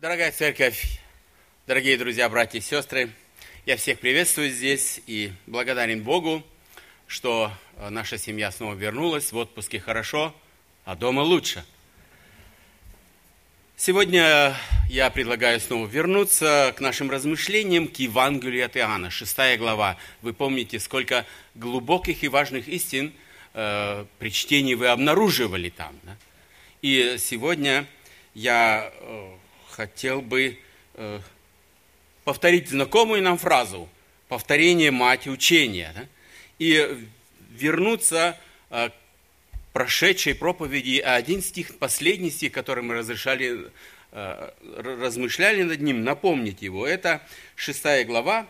Дорогая церковь, дорогие друзья, братья и сестры, я всех приветствую здесь и благодарен Богу, что наша семья снова вернулась, в отпуске хорошо, а дома лучше. Сегодня я предлагаю снова вернуться к нашим размышлениям, к Евангелию от Иоанна, 6 глава. Вы помните, сколько глубоких и важных истин при чтении вы обнаруживали там. Да? И сегодня я хотел бы повторить знакомую нам фразу «повторение мать учения», да? И вернуться к прошедшей проповеди, один стих, последний стих, который мы размышляли над ним, напомнить его. Это 6 глава,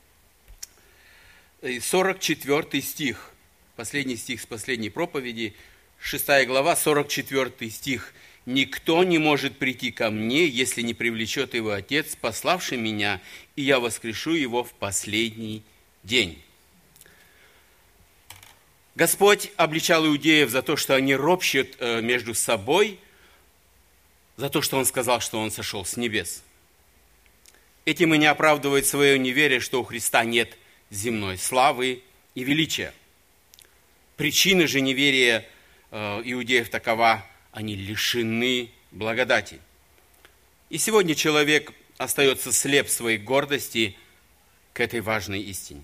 44 стих, последний стих с последней проповеди, 6 глава, 44 стих. «Никто не может прийти ко мне, если не привлечет его Отец, пославший меня, и я воскрешу его в последний день». Господь обличал иудеев за то, что они ропщут между собой, за то, что Он сказал, что Он сошел с небес. Этим они оправдывают свое неверие, что у Христа нет земной славы и величия. Причина же неверия иудеев такова: они лишены благодати. И сегодня человек остается слеп своей гордости к этой важной истине.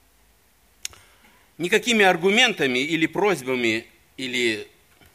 Никакими аргументами или просьбами, или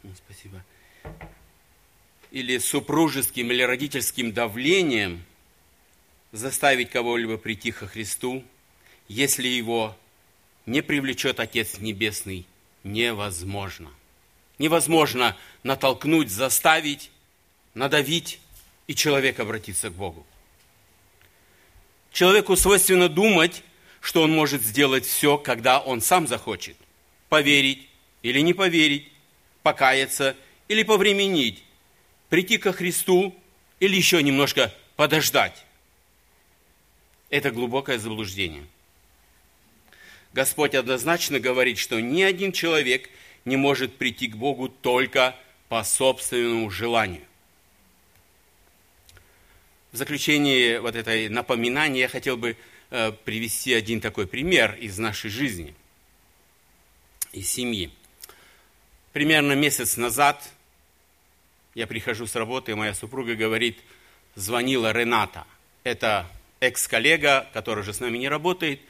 супружеским или родительским давлением заставить кого-либо прийти ко Христу, если его не привлечет Отец Небесный, невозможно. Невозможно натолкнуть, заставить, надавить, и человек обратится к Богу. Человеку свойственно думать, что он может сделать все, когда он сам захочет. Поверить или не поверить, покаяться или повременить, прийти ко Христу или еще немножко подождать. Это глубокое заблуждение. Господь однозначно говорит, что ни один человек не может прийти к Богу только по собственному желанию. В заключение вот этой напоминания я хотел бы привести один такой пример из нашей жизни, из семьи. Примерно месяц назад я прихожу с работы, и моя супруга говорит: звонила Рената. Это экс-коллега, который уже с нами не работает.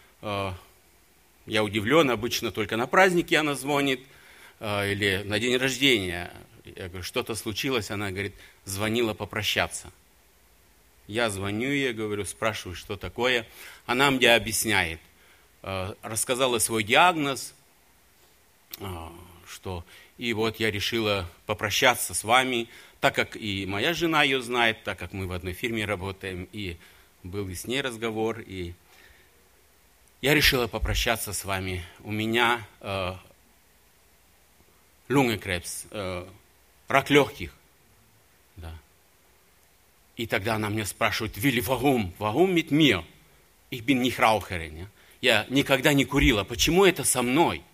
Я удивлен, обычно только на праздники она звонит или на день рождения. Я говорю: что-то случилось? Она говорит: звонила попрощаться. Я звоню ей, говорю, спрашиваю, что такое. Она мне объясняет. Рассказала свой диагноз, что и вот я решила попрощаться с вами, так как и моя жена ее знает, так как мы в одной фирме работаем, и был и с ней разговор, и я решила попрощаться с вами. У меня лунгенкребс, рак легких. Да. И тогда она меня спрашивает: Вилли, warum mit mir? Ich bin nicht Raucherin. Я никогда не курила. Почему это со мной?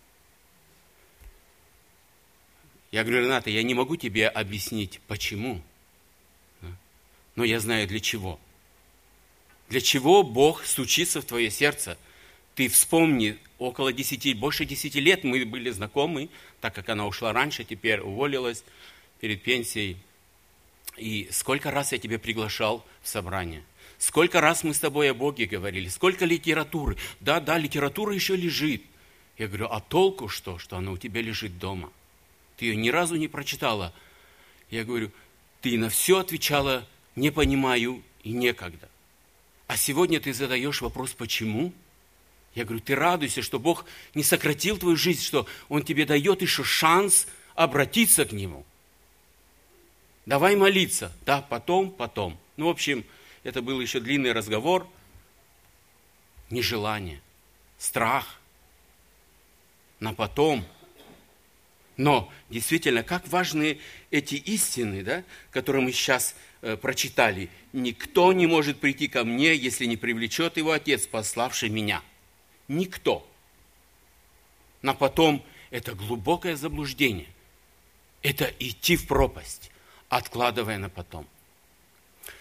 Я говорю: Рената, я не могу тебе объяснить, почему. Но я знаю, для чего. Для чего Бог стучится в твое сердце? Ты вспомни, больше 10 лет мы были знакомы, так как она ушла раньше, теперь уволилась перед пенсией. И сколько раз я тебя приглашал в собрание? Сколько раз мы с тобой о Боге говорили? Сколько литературы? Да, литература еще лежит. Я говорю: а толку что она у тебя лежит дома? Ты ее ни разу не прочитала. Я говорю: ты на все отвечала: не понимаю и некогда. А сегодня ты задаешь вопрос: почему? Я говорю: ты радуйся, что Бог не сократил твою жизнь, что Он тебе дает еще шанс обратиться к Нему. Давай молиться. Да, потом. В общем, это был еще длинный разговор. Нежелание, страх. На потом. Но действительно, как важны эти истины, да, которые мы сейчас прочитали. Никто не может прийти ко мне, если не привлечет его Отец, пославший меня. Никто. На потом это глубокое заблуждение. Это идти в пропасть, откладывая на потом.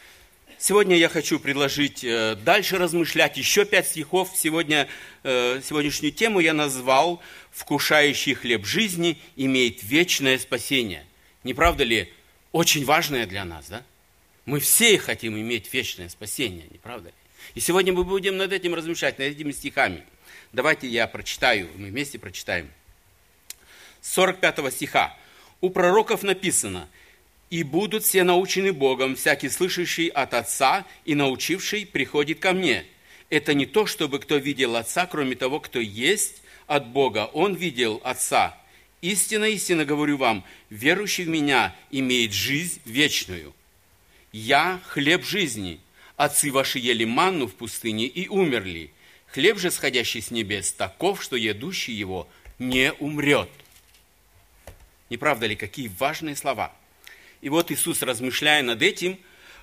Сегодня я хочу предложить дальше размышлять. Еще 5 стихов. Сегодняшнюю тему я назвал «Вкушающий хлеб жизни имеет вечное спасение». Не правда ли? Очень важное для нас, да? Мы все хотим иметь вечное спасение, не правда ли? И сегодня мы будем над этим размышлять, над этими стихами. Давайте я прочитаю, мы вместе прочитаем. С 45 стиха. «У пророков написано: и будут все научены Богом, всякий слышащий от Отца и научивший приходит ко мне. Это не то, чтобы кто видел Отца, кроме того, кто есть от Бога. Он видел Отца. Истинно, истинно говорю вам, верующий в Меня имеет жизнь вечную. Я хлеб жизни. Отцы ваши ели манну в пустыне и умерли. Хлеб же, сходящий с небес, таков, что едущий его не умрет». Не правда ли, какие важные слова? И вот Иисус, размышляя над этим,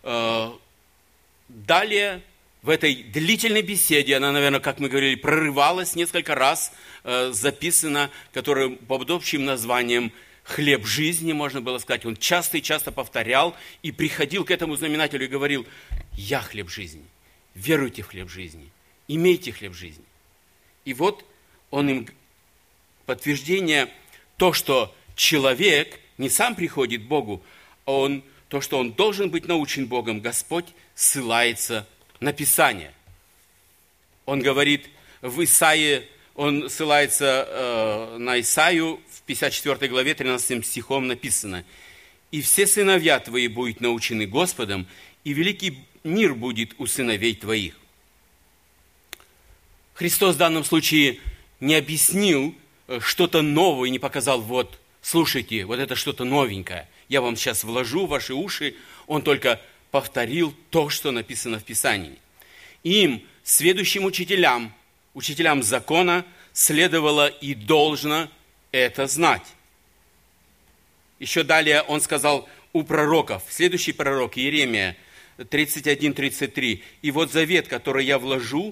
далее в этой длительной беседе, она, наверное, как мы говорили, прорывалась несколько раз, записана, которая под общим названием «Хлеб жизни», можно было сказать. Он часто и часто повторял и приходил к этому знаменателю и говорил: «Я хлеб жизни, веруйте в хлеб жизни, имейте хлеб жизни». И вот он им подтверждение, то, что человек не сам приходит к Богу, а то, что он должен быть научен Богом, Господь ссылается на Писание. Он говорит в Исаии, он ссылается на Исаию, в 54 главе 13 стихом написано: «И все сыновья твои будут научены Господом, и великий мир будет у сыновей твоих». Христос в данном случае не объяснил что-то новое и не показал: вот, слушайте, вот это что-то новенькое, я вам сейчас вложу в ваши уши. Он только повторил то, что написано в Писании. Им, сведущим учителям закона, следовало и должно это знать. Еще далее он сказал у пророков, следующий пророк, Иеремия 31-33, «И вот завет, который я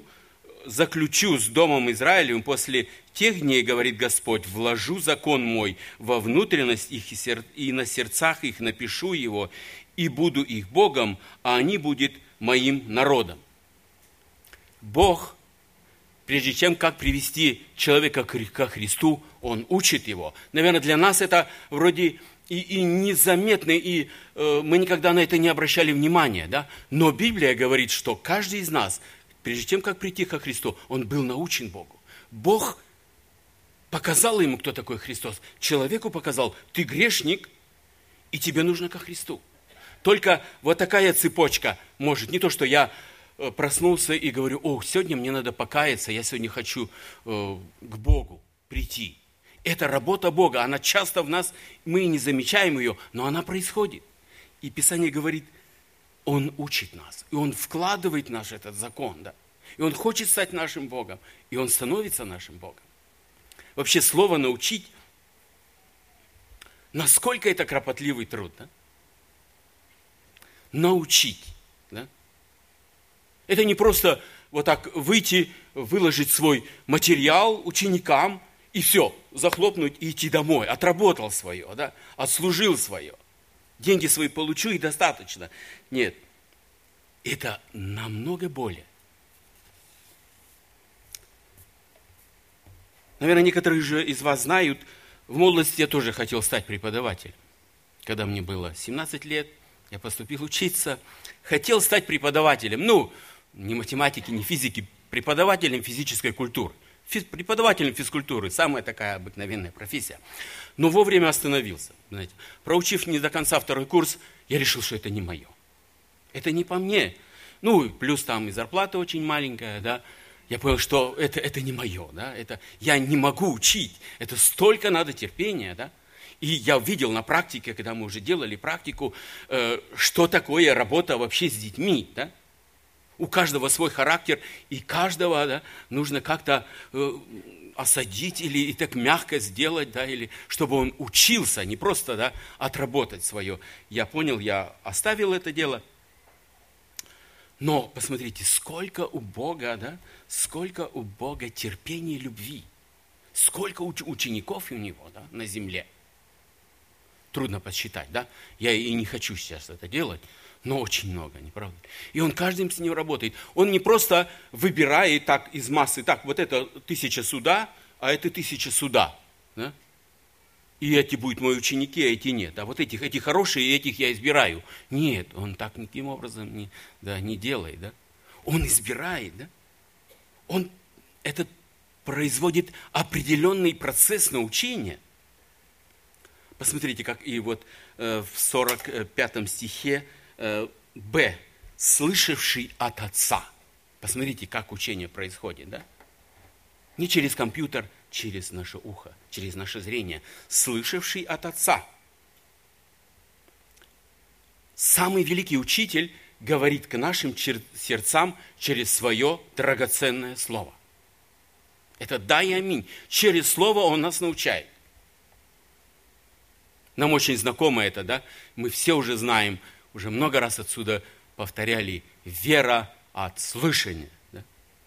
заключу с домом Израилевым после тех дней, говорит Господь, вложу закон мой во внутренность их и на сердцах их напишу его, и буду их Богом, а они будут моим народом». Бог, прежде чем как привести человека ко Христу, Он учит его. Наверное, для нас это вроде и незаметно, и мы никогда на это не обращали внимания, да? Но Библия говорит, что каждый из нас, прежде чем как прийти ко Христу, он был научен Богу. Бог показал ему, кто такой Христос. Человеку показал: ты грешник, и тебе нужно ко Христу. Только вот такая цепочка может. Не то, что я проснулся и говорю: о, сегодня мне надо покаяться, я сегодня хочу к Богу прийти. Это работа Бога, она часто в нас, мы не замечаем ее, но она происходит. И Писание говорит, Он учит нас, и Он вкладывает в наш этот закон, да? И Он хочет стать нашим Богом, и Он становится нашим Богом. Вообще слово «научить», насколько это кропотливый труд, да? Научить, да? Это не просто вот так выйти, выложить свой материал ученикам и все, захлопнуть и идти домой. Отработал свое, да? Отслужил свое. Деньги свои получу и достаточно. Нет, это намного более. Наверное, некоторые же из вас знают, в молодости я тоже хотел стать преподавателем. Когда мне было 17 лет, я поступил учиться, хотел стать преподавателем. Ни математики, ни физики, преподавателем физической культуры. Преподавателем физкультуры, самая такая обыкновенная профессия. Но вовремя остановился. Знаете. Проучив не до конца второй курс, я решил, что это не мое. Это не по мне. Плюс там и зарплата очень маленькая, да. Я понял, что это не мое, да. Я не могу учить. Это столько надо терпения, да. И я видел на практике, когда мы уже делали практику, что такое работа вообще с детьми, да. У каждого свой характер, и каждого, да, нужно как-то осадить или так мягко сделать, да, или чтобы он учился, не просто, да, отработать свое. Я понял, я оставил это дело. Но посмотрите, сколько у Бога, да, сколько у Бога терпения и любви, сколько учеников у Него, да, на земле. Трудно подсчитать, да? Я и не хочу сейчас это делать, но очень много, не правда? И он каждым с ним работает. Он не просто выбирает так из массы, так, вот это 1000 сюда, а это 1000 сюда. Да? И эти будут мои ученики, а эти нет. А вот эти хорошие, и этих я избираю. Нет, он так никаким образом не делает. Да? Он избирает. Да? Он производит определенный процесс научения. Посмотрите, как и вот в 45 стихе Б. Слышавший от Отца. Посмотрите, как учение происходит. Да? Не через компьютер, через наше ухо, через наше зрение. Слышавший от Отца. Самый великий учитель говорит к нашим сердцам через свое драгоценное слово. Это да и аминь. Через слово он нас научает. Нам очень знакомо это, да? Мы все уже знаем, уже много раз отсюда повторяли, вера от слышания. Да?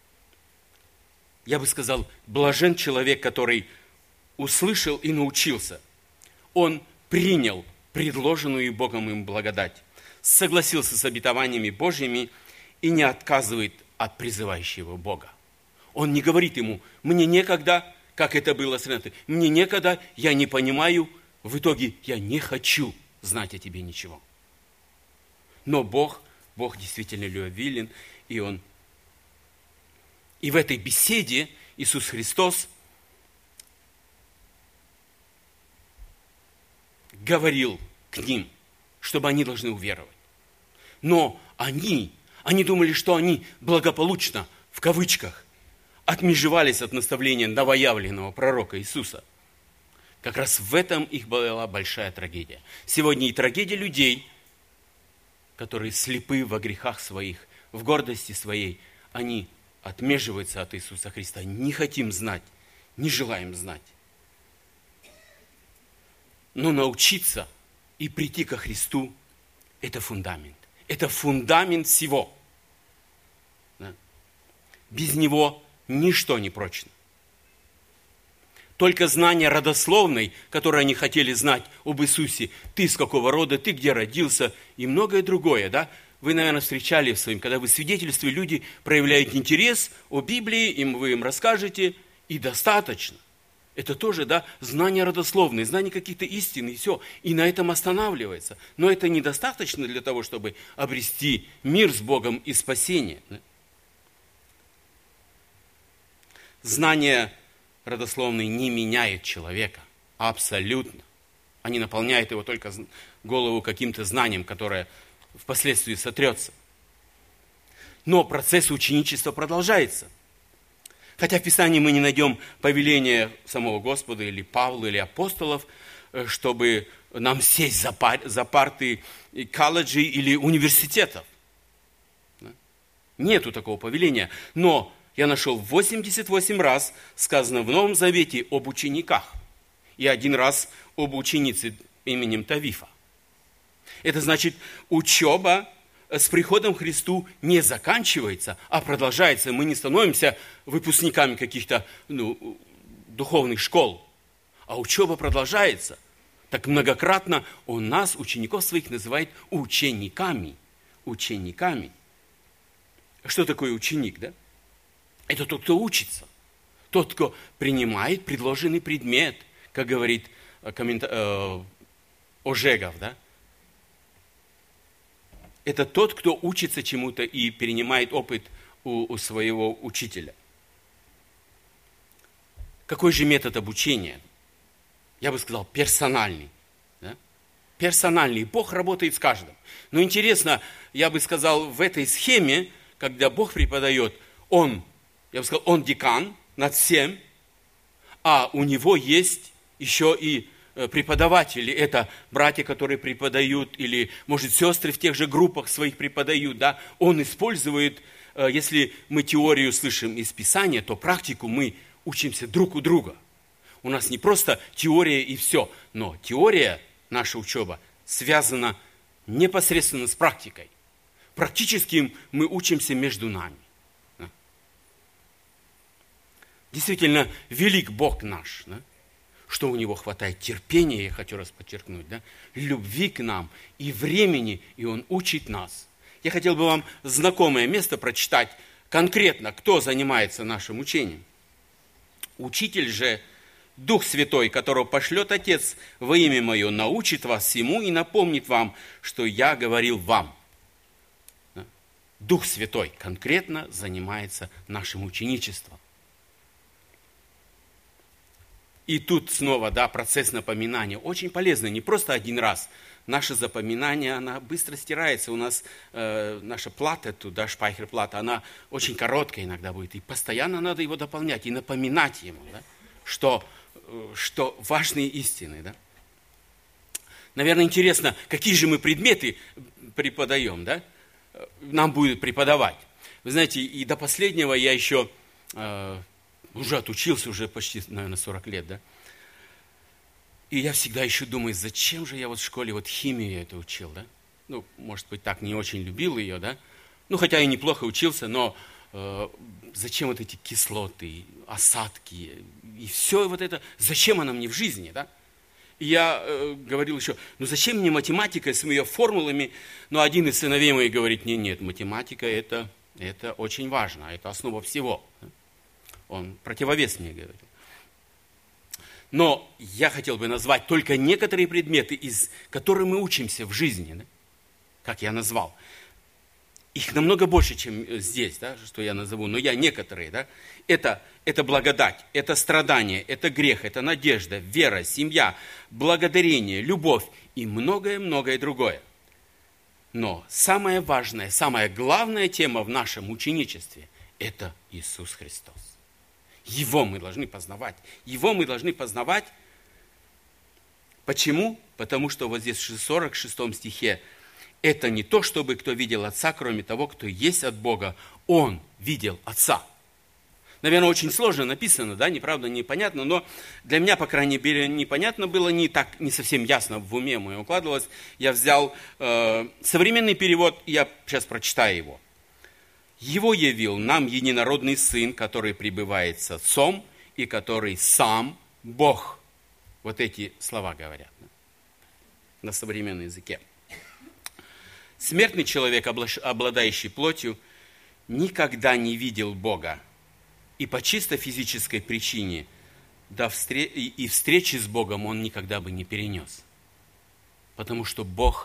Я бы сказал, блажен человек, который услышал и научился. Он принял предложенную Богом им благодать, согласился с обетованиями Божьими и не отказывает от призывающего Бога. Он не говорит ему, мне некогда, как это было с Ренатой, мне некогда, я не понимаю, в итоге я не хочу знать о тебе ничего. Но Бог действительно любвеобилен, и в этой беседе Иисус Христос говорил к ним, чтобы они должны уверовать. Но они думали, что они благополучно, в кавычках, отмежевались от наставления новоявленного пророка Иисуса. Как раз в этом их была большая трагедия. Сегодня и трагедия людей, которые слепы во грехах своих, в гордости своей, они отмеживаются от Иисуса Христа. Не хотим знать, не желаем знать. Но научиться и прийти ко Христу – это фундамент. Это фундамент всего. Да? Без него ничто не прочно. Только знание родословной, которое они хотели знать об Иисусе, ты с какого рода, ты где родился, и многое другое, да? Вы, наверное, встречали в своем, когда вы свидетельствуете, люди проявляют интерес о Библии, вы им расскажете, и достаточно. Это тоже, да, знание родословной, знание каких-то истин, и все. И на этом останавливается. Но это недостаточно для того, чтобы обрести мир с Богом и спасение. Знание родословный не меняет человека. Абсолютно. Они наполняют его только голову каким-то знанием, которое впоследствии сотрется. Но процесс ученичества продолжается. Хотя в Писании мы не найдем повеления самого Господа или Павла, или апостолов, чтобы нам сесть за парты колледжей или университетов. Нету такого повеления. Но я нашел 88 раз сказано в Новом Завете об учениках. И 1 раз об ученице именем Тавифа. Это значит, учеба с приходом к Христу не заканчивается, а продолжается. Мы не становимся выпускниками каких-то духовных школ, а учеба продолжается. Так многократно он нас, учеников своих, называет учениками. Учениками. Что такое ученик, да? Это тот, кто учится. Тот, кто принимает предложенный предмет, как говорит Ожегов, да? Это тот, кто учится чему-то и перенимает опыт у своего учителя. Какой же метод обучения? Я бы сказал, персональный. Да? Персональный. Бог работает с каждым. Но интересно, я бы сказал, в этой схеме, когда Бог преподает, он декан над всем, а у него есть еще и преподаватели. Это братья, которые преподают, или, может, сестры в тех же группах своих преподают. Да? Он использует, если мы теорию слышим из Писания, то практику мы учимся друг у друга. У нас не просто теория и все, но теория, наша учеба, связана непосредственно с практикой. Практически мы учимся между нами. Действительно, велик Бог наш, да? что у него хватает терпения, я хочу раз подчеркнуть, да, любви к нам и времени, и он учит нас. Я хотел бы вам знакомое место прочитать конкретно, кто занимается нашим учением. Учитель же, Дух Святой, которого пошлет Отец во имя Мое, научит вас всему и напомнит вам, что я говорил вам. Дух Святой конкретно занимается нашим ученичеством. И тут снова, да, процесс напоминания очень полезный, не просто один раз. Наше запоминание, она быстро стирается. У нас наша плата туда, шпайхерплата, она очень короткая иногда будет. И постоянно надо его дополнять и напоминать ему, да, что важные истины. Да. Наверное, интересно, какие же мы предметы преподаем, да? Нам будет преподавать. Вы знаете, и до последнего я еще уже отучился, уже почти, наверное, 40 лет, да? И я всегда еще думаю, зачем же я вот в школе вот химию я это учил, да? Ну, может быть, так не очень любил ее, да? Ну, хотя и неплохо учился, но зачем вот эти кислоты, осадки и все вот это, зачем она мне в жизни, да? И я говорил еще, ну зачем мне математика с ее формулами? Но один из сыновей моих говорит, нет, математика это очень важно, это основа всего. Он противовес мне говорил. Но я хотел бы назвать только некоторые предметы, из которых мы учимся в жизни, да? Как я назвал. Их намного больше, чем здесь, да, что я назову, но я некоторые. Да? Это благодать, это страдание, это грех, это надежда, вера, семья, благодарение, любовь и многое-многое другое. Но самая важная, самая главная тема в нашем ученичестве – это Иисус Христос. Его мы должны познавать. Его мы должны познавать. Почему? Потому что вот здесь в 46 стихе это не то, чтобы кто видел Отца, кроме того, кто есть от Бога. Он видел Отца. Наверное, очень сложно написано, да, неправда, непонятно, но для меня, по крайней мере, непонятно было, не совсем ясно в уме мое укладывалось. Я взял современный перевод, я сейчас прочитаю его. Его явил нам единородный Сын, который пребывает с Отцом и который сам Бог. Вот эти слова говорят, да, на современном языке. Смертный человек, обладающий плотью, никогда не видел Бога. И по чисто физической причине и встречи с Богом он никогда бы не перенес. Потому что Бог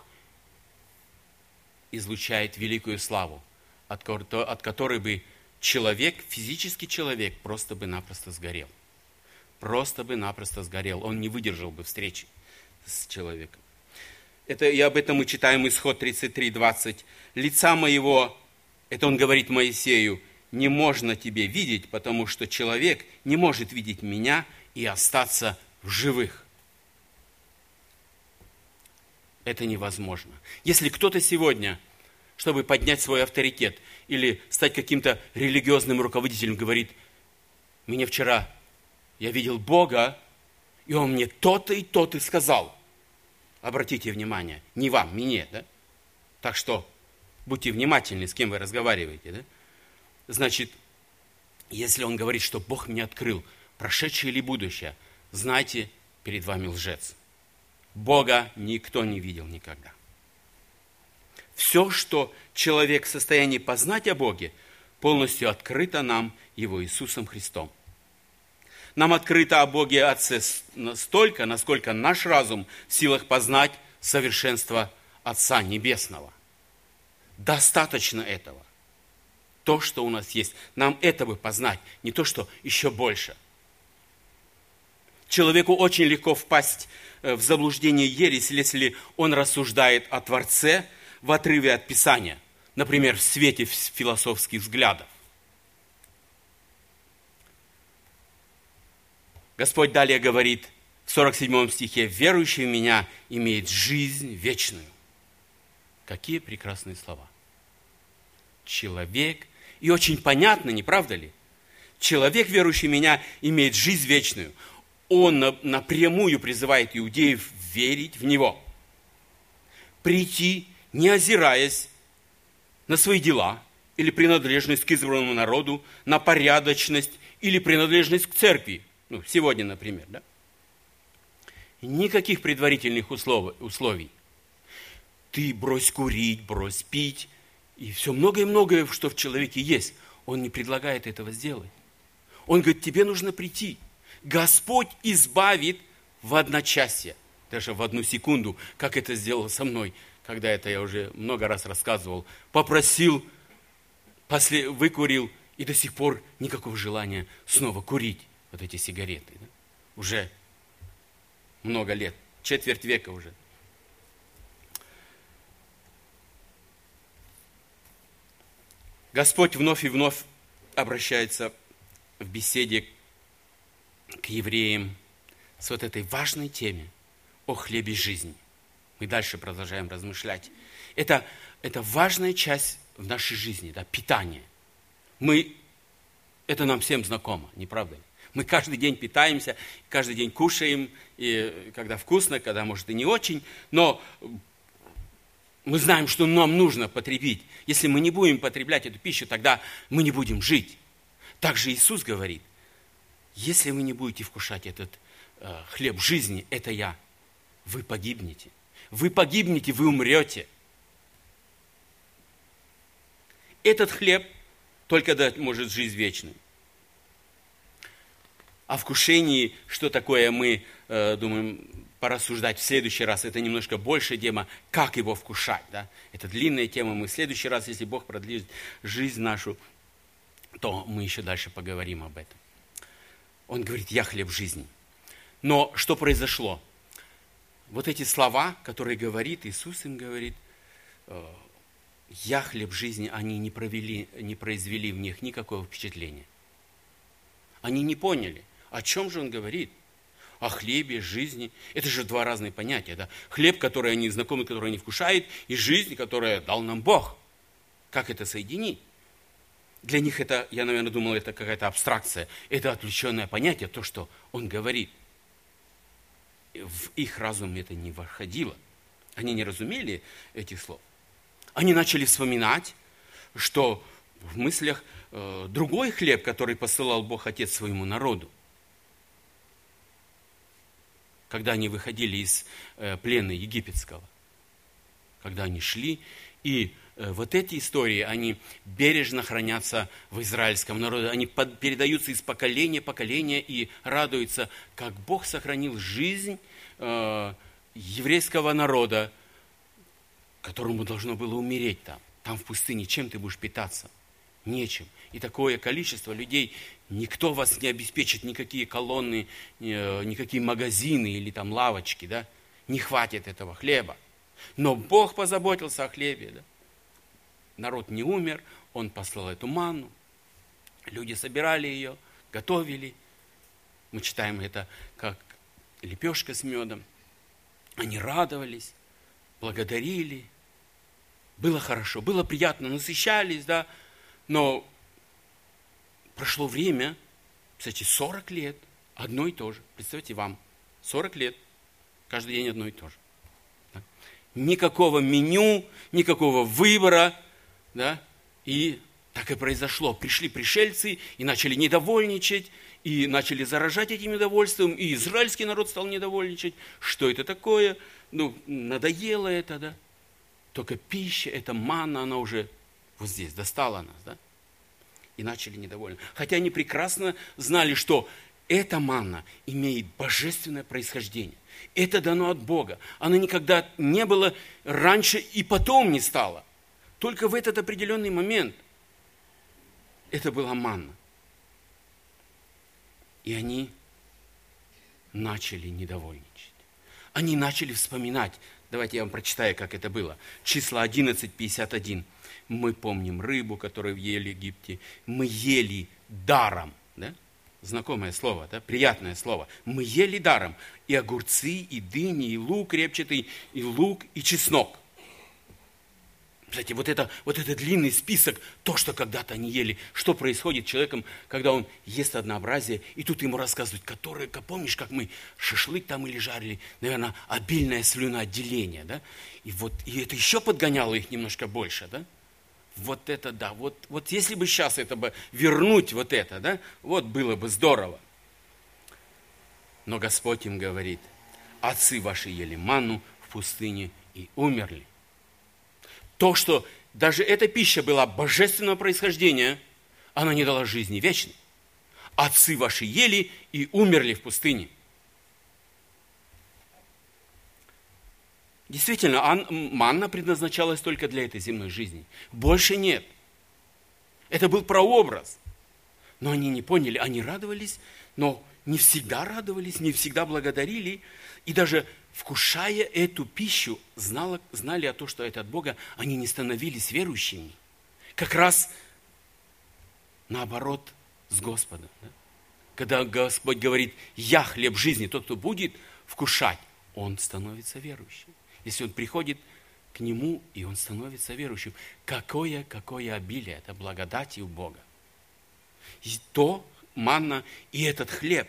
излучает великую славу, от которой бы человек, физический человек, просто бы напросто сгорел. Просто бы напросто сгорел. Он не выдержал бы встречи с человеком. И об этом мы читаем Исход 33:20. «Лица моего», это он говорит Моисею, «не можно тебе видеть, потому что человек не может видеть меня и остаться в живых». Это невозможно. Если кто-то сегодня, чтобы поднять свой авторитет или стать каким-то религиозным руководителем, говорит, мне вчера, я видел Бога, и Он мне то-то и то-то сказал. Обратите внимание, не вам, мне, да? Так что будьте внимательны, с кем вы разговариваете, да? Значит, если он говорит, что Бог мне открыл прошедшее или будущее, знайте, перед вами лжец. Бога никто не видел никогда. Все, что человек в состоянии познать о Боге, полностью открыто нам Его Иисусом Христом. Нам открыто о Боге Отце настолько, насколько наш разум в силах познать совершенство Отца Небесного. Достаточно этого. То, что у нас есть. Нам это бы познать, не то, что еще больше. Человеку очень легко впасть в заблуждение ересь, если он рассуждает о Творце в отрыве от Писания. Например, в свете философских взглядов. Господь далее говорит в 47 стихе, «Верующий в Меня имеет жизнь вечную». Какие прекрасные слова. Человек, и очень понятно, не правда ли? Человек, верующий в Меня, имеет жизнь вечную. Он напрямую призывает иудеев верить в Него. Прийти, не озираясь на свои дела, или принадлежность к избранному народу, на порядочность, или принадлежность к церкви. Ну, сегодня, например, да? Никаких предварительных условий. Ты брось курить, брось пить, и все многое-многое, что в человеке есть. Он не предлагает этого сделать. Он говорит, тебе нужно прийти. Господь избавит в одночасье, даже в одну секунду, как это сделал со мной, когда это я уже много раз рассказывал. Попросил, выкурил, и до сих пор никакого желания снова курить вот эти сигареты. Да? Уже много лет, четверть века уже. Господь вновь и вновь обращается в беседе к евреям с вот этой важной теме о хлебе жизни. Мы дальше продолжаем размышлять. Это важная часть в нашей жизни, да, питание. Это нам всем знакомо, не правда ли? Мы каждый день питаемся, каждый день кушаем, и когда вкусно, когда, может, и не очень, но мы знаем, что нам нужно потребить. Если мы не будем потреблять эту пищу, тогда мы не будем жить. Также Иисус говорит, если вы не будете вкушать этот хлеб жизни, это я, вы погибнете. Вы погибнете, вы умрете. Этот хлеб только дать может жизнь вечную. О вкушении, что такое, мы думаем порассуждать в следующий раз. Это немножко большая тема, как его вкушать. Да? Это длинная тема. Мы в следующий раз, если Бог продлит жизнь нашу, то мы еще дальше поговорим об этом. Он говорит, я хлеб жизни. Но что произошло? Вот эти слова, которые говорит, Иисус им говорит, я хлеб жизни, они не произвели в них никакого впечатления. Они не поняли, о чем же он говорит. О хлебе, жизни. Это же два разные понятия. Да? Хлеб, который они знакомы, который они вкушают, и жизнь, которую дал нам Бог. Как это соединить? Для них это, я, наверное, думал, это какая-то абстракция. Это отвлеченное понятие, то, что он говорит. В их разум это не входило. Они не разумели этих слов. Они начали вспоминать, что в мыслях другой хлеб, который посылал Бог Отец своему народу. Когда они выходили из плена египетского. Когда они шли, и вот эти истории, они бережно хранятся в израильском народе. Они передаются из поколения в поколение и радуются, как Бог сохранил жизнь еврейского народа, которому должно было умереть там. Там в пустыне. Чем ты будешь питаться? Нечем. И такое количество людей, никто вас не обеспечит, никакие колонны, никакие магазины или там лавочки, да? Не хватит этого хлеба. Но Бог позаботился о хлебе, да? Народ не умер, Он послал эту манну, люди собирали ее, готовили. Мы читаем это как лепешка с медом. Они радовались, благодарили. Было хорошо, было приятно, насыщались, да? Но прошло время, кстати, 40 лет, одно и то же. Представьте вам, 40 лет, каждый день одно и то же. Да? Никакого меню, никакого выбора, да? И так и произошло. Пришли пришельцы и начали недовольничать, и начали заражать этим недовольством, и израильский народ стал недовольничать. Что это такое? Надоело это, да? Только пища, эта манна, она уже вот здесь достала нас, да? И начали недовольны. Хотя они прекрасно знали, что эта манна имеет божественное происхождение. Это дано от Бога. Оно никогда не было раньше и потом не стало. Только в этот определенный момент это была манна. И они начали недовольничать. Они начали вспоминать. Давайте я вам прочитаю, как это было. Числа 11:51. Мы помним рыбу, которую ели в Египте. Мы ели даром. Да? Знакомое слово, да? Приятное слово. Мы ели даром. И огурцы, и дыни, и лук репчатый, и лук, и чеснок. Кстати, вот это длинный список, то, что когда-то они ели. Что происходит с человеком, когда он ест однообразие, и тут ему рассказывают, помнишь, как мы шашлык там или жарили, наверное, обильное слюноотделение, да? И это еще подгоняло их немножко больше, да? Вот это да, вот если бы сейчас это бы вернуть вот это, да, вот было бы здорово. Но Господь им говорит, Отцы ваши ели манну в пустыне и умерли. То, что даже эта пища была божественного происхождения, она не дала жизни вечной. Отцы ваши ели и умерли в пустыне. Действительно, манна предназначалась только для этой земной жизни. Больше нет. Это был прообраз. Но они не поняли, они радовались, но не всегда радовались, не всегда благодарили. И даже вкушая эту пищу, знали о том, что это от Бога, они не становились верующими. Как раз наоборот с Господом. Да? Когда Господь говорит, я хлеб жизни, тот, кто будет вкушать, он становится верующим. Если он приходит к нему, и он становится верующим. Какое обилие, это благодати у Бога. И то манна, и этот хлеб.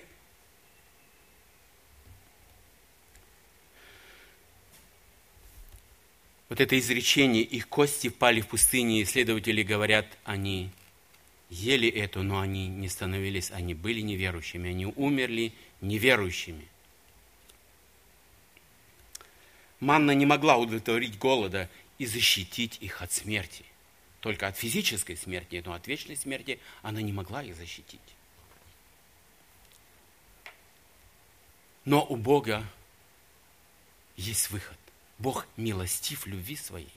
Вот это изречение, их кости впали в пустыне, исследователи говорят, они ели это, но они не становились, они были неверующими, они умерли неверующими. Манна не могла удовлетворить голода и защитить их от смерти. Только от физической смерти, но от вечной смерти она не могла их защитить. Но у Бога есть выход. Бог милостив в любви своей.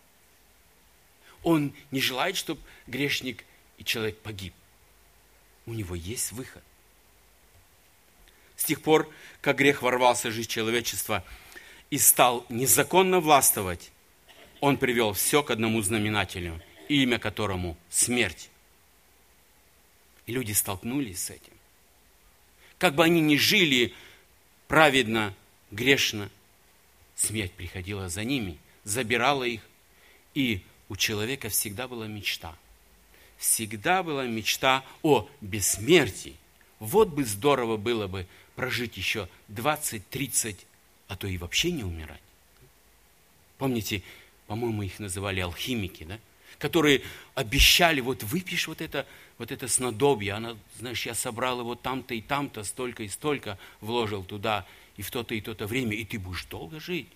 Он не желает, чтобы грешник и человек погиб. У него есть выход. С тех пор, как грех ворвался в жизнь человечества и стал незаконно властвовать, он привел все к одному знаменателю, имя которому смерть. И люди столкнулись с этим. Как бы они ни жили праведно, грешно, смерть приходила за ними, забирала их. И у человека всегда была мечта. Всегда была мечта о бессмертии. Вот бы здорово было бы прожить еще 20, 30, а то и вообще не умирать. Помните, по-моему, их называли алхимики, да? Которые обещали, вот выпьешь вот это снадобье, она, знаешь, я собрал его там-то и там-то, столько и столько вложил туда, и в то-то и то-то время, и ты будешь долго жить.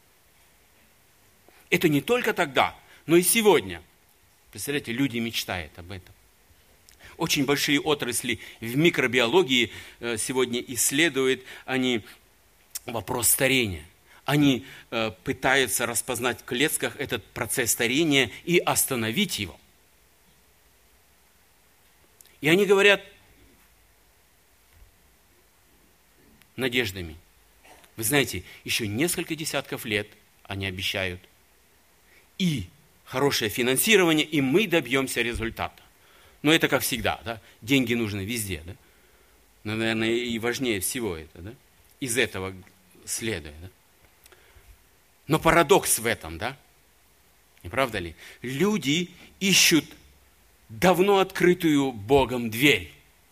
Это не только тогда, но и сегодня. Представляете, люди мечтают об этом. Очень большие отрасли в микробиологии сегодня исследуют они вопрос старения. Они пытаются распознать в клетках этот процесс старения и остановить его. И они говорят надеждами. Вы знаете, еще несколько десятков лет они обещают. И хорошее финансирование, и мы добьемся результата. Но это как всегда, да? Деньги нужны везде, да? Но, наверное, и важнее всего это, да? Из этого следует, да? Но парадокс в этом, да? Не правда ли? Люди ищут давно открытую Богом дверь.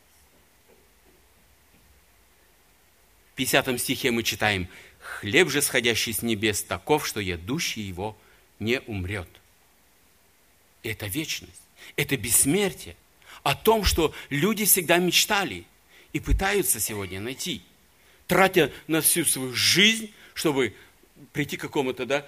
В 50 стихе мы читаем: «Хлеб же, сходящий с небес, таков, что едущий его не умрет». Это вечность, это бессмертие. О том, что люди всегда мечтали и пытаются сегодня найти, тратя на всю свою жизнь, чтобы прийти к какому-то, да,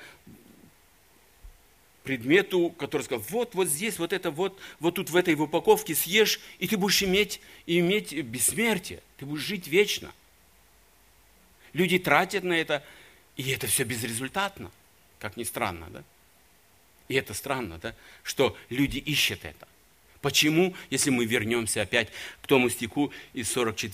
предмету, который сказал, вот здесь, вот тут в этой упаковке съешь, и ты будешь иметь бессмертие, ты будешь жить вечно. Люди тратят на это, и это все безрезультатно, как ни странно, да? И это странно, да, что люди ищут это. Почему, если мы вернемся опять к тому стиху из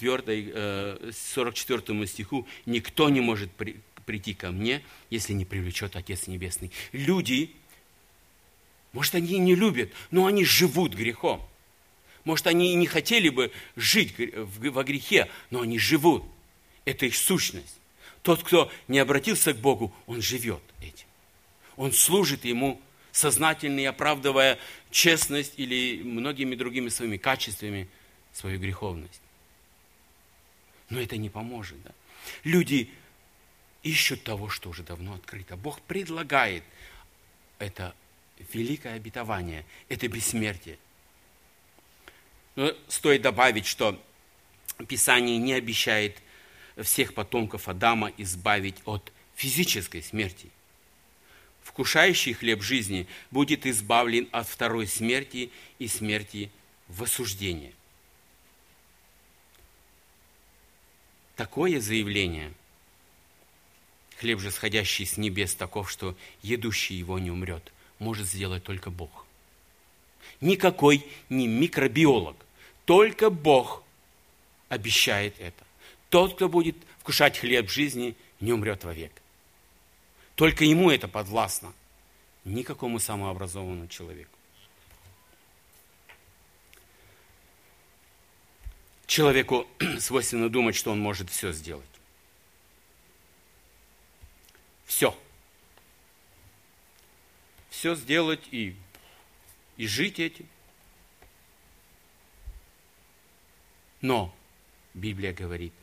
44 стиху, никто не может прийти ко мне, если не привлечет Отец Небесный. Люди, может, они и не любят, но они живут грехом. Может, они и не хотели бы жить во грехе, но они живут. Это их сущность. Тот, кто не обратился к Богу, он живет этим. Он служит Ему сознательно и оправдывая честность или многими другими своими качествами, свою греховность. Но это не поможет. Да? Люди ищут того, что уже давно открыто. Бог предлагает это великое обетование, это бессмертие. Но стоит добавить, что Писание не обещает всех потомков Адама избавить от физической смерти. Вкушающий хлеб жизни будет избавлен от второй смерти и смерти в осуждении. Такое заявление, хлеб же, сходящий с небес, таков, что едущий его не умрет, может сделать только Бог. Никакой не микробиолог, только Бог обещает это. Тот, кто будет вкушать хлеб жизни, не умрет вовек. Только ему это подвластно, никакому самообразованному человеку. Человеку свойственно думать, что он может все сделать. Все. Все сделать и жить этим. Но Библия говорит,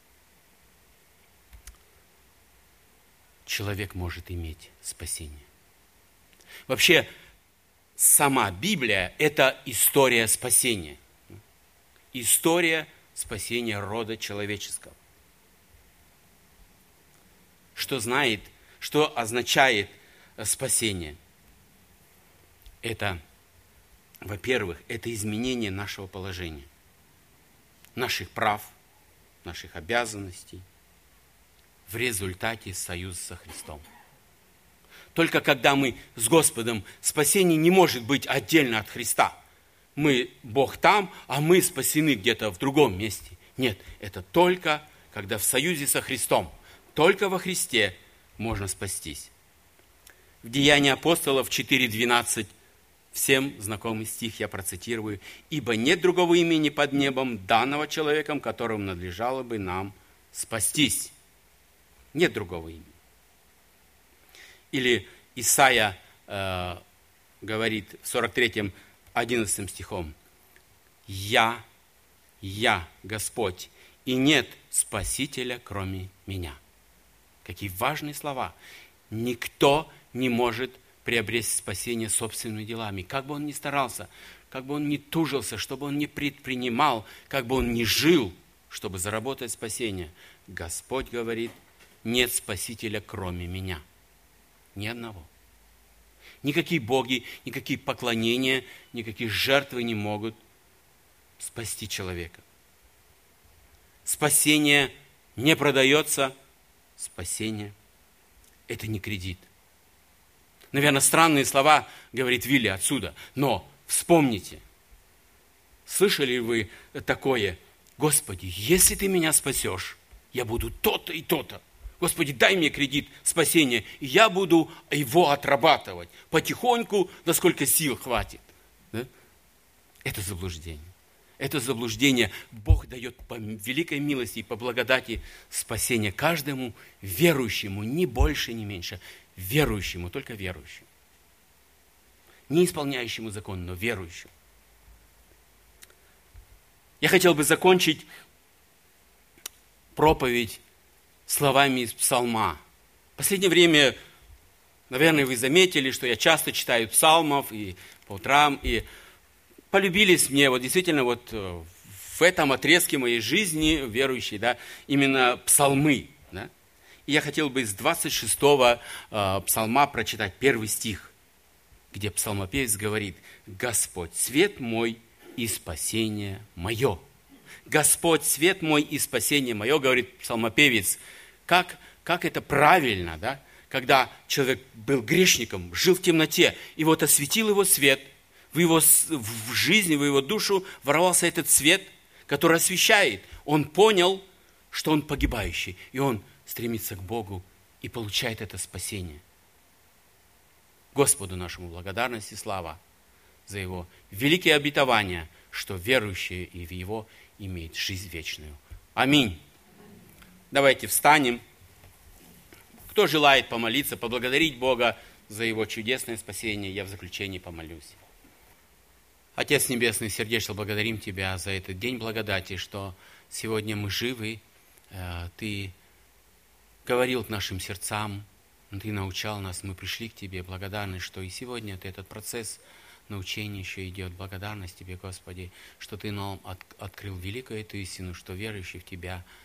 человек может иметь спасение. Вообще, сама Библия – это история спасения. История спасения рода человеческого. Что означает спасение? Это, во-первых, это изменение нашего положения, наших прав, наших обязанностей в результате союза со Христом. Только когда мы с Господом, спасение не может быть отдельно от Христа. Бог там, а мы спасены где-то в другом месте. Нет, это только когда в союзе со Христом, только во Христе можно спастись. В Деянии апостолов 4:12, всем знакомый стих я процитирую. «Ибо нет другого имени под небом, данного человеком, которому надлежало бы нам спастись». Нет другого имени. Или Исайя говорит в 43-м 11 стихом: «Я, Господь, и нет Спасителя, кроме меня». Какие важные слова. Никто не может приобрести спасение собственными делами. Как бы он ни старался, как бы он ни тужился, чтобы он не предпринимал, как бы он ни жил, чтобы заработать спасение. Господь говорит: нет Спасителя, кроме меня. Ни одного. Никакие боги, никакие поклонения, никакие жертвы не могут спасти человека. Спасение не продается. Спасение – это не кредит. Наверное, странные слова говорит Вилли отсюда, но вспомните, слышали ли вы такое: «Господи, если Ты меня спасешь, я буду то-то и то-то. Господи, дай мне кредит спасения, и я буду его отрабатывать потихоньку, насколько сил хватит». Да? Это заблуждение. Это заблуждение. Бог дает по великой милости и по благодати спасение каждому верующему, ни больше, ни меньше. Верующему, только верующему. Не исполняющему закон, но верующему. Я хотел бы закончить проповедь словами из Псалма. В последнее время, наверное, вы заметили, что я часто читаю псалмов и по утрам, и полюбились мне действительно в этом отрезке моей жизни, верующей, да, именно псалмы. Да? И я хотел бы из 26-го псалма прочитать первый стих, где псалмопевец говорит: «Господь, свет мой и спасение мое». Господь, свет мой и спасение мое, говорит псалмопевец. Как это правильно, да? Когда человек был грешником, жил в темноте, и вот осветил его свет, в жизни, в его душу ворвался этот свет, который освещает. Он понял, что он погибающий, и он стремится к Богу и получает это спасение. Господу нашему благодарность и слава за Его великие обетования, что верующие и в Его имеют жизнь вечную. Аминь. Давайте встанем. Кто желает помолиться, поблагодарить Бога за Его чудесное спасение, я в заключении помолюсь. Отец Небесный, сердечно благодарим Тебя за этот день благодати, что сегодня мы живы. Ты говорил к нашим сердцам, Ты научал нас, мы пришли к Тебе благодарны, что и сегодня этот процесс научения еще идет. Благодарность Тебе, Господи, что Ты нам открыл великую эту истину, что верующий в Тебя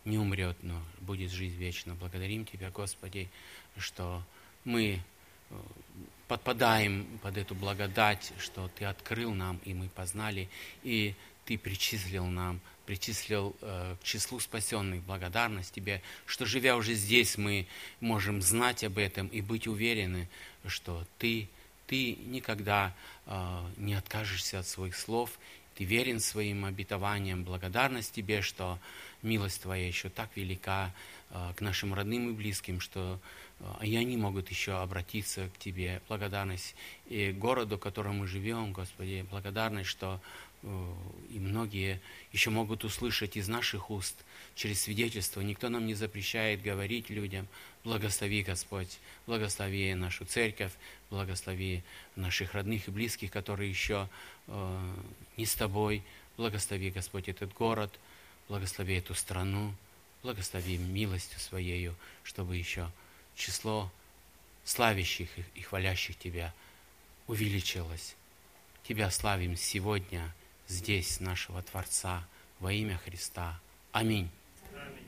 не умрет, но будет жизнь вечна. Благодарим Тебя, Господи, что мы подпадаем под эту благодать, что Ты открыл нам, и мы познали, и Ты причислил к числу спасенных. Благодарность Тебе, что, живя уже здесь, мы можем знать об этом и быть уверены, что Ты никогда не откажешься от своих слов, Ты верен своим обетованиям. Благодарность Тебе, что милость Твоя еще так велика к нашим родным и близким, что и они могут еще обратиться к Тебе. Благодарность и городу, в котором мы живем, Господи, благодарность, что и многие еще могут услышать из наших уст через свидетельство. Никто нам не запрещает говорить людям. Благослови, Господь, благослови нашу церковь, благослови наших родных и близких, которые еще не с Тобой. Благослови, Господь, этот город, благослови эту страну, благослови милостью Своею, чтобы еще число славящих и хвалящих Тебя увеличилось. Тебя славим сегодня здесь, нашего Творца, во имя Христа. Аминь. Аминь.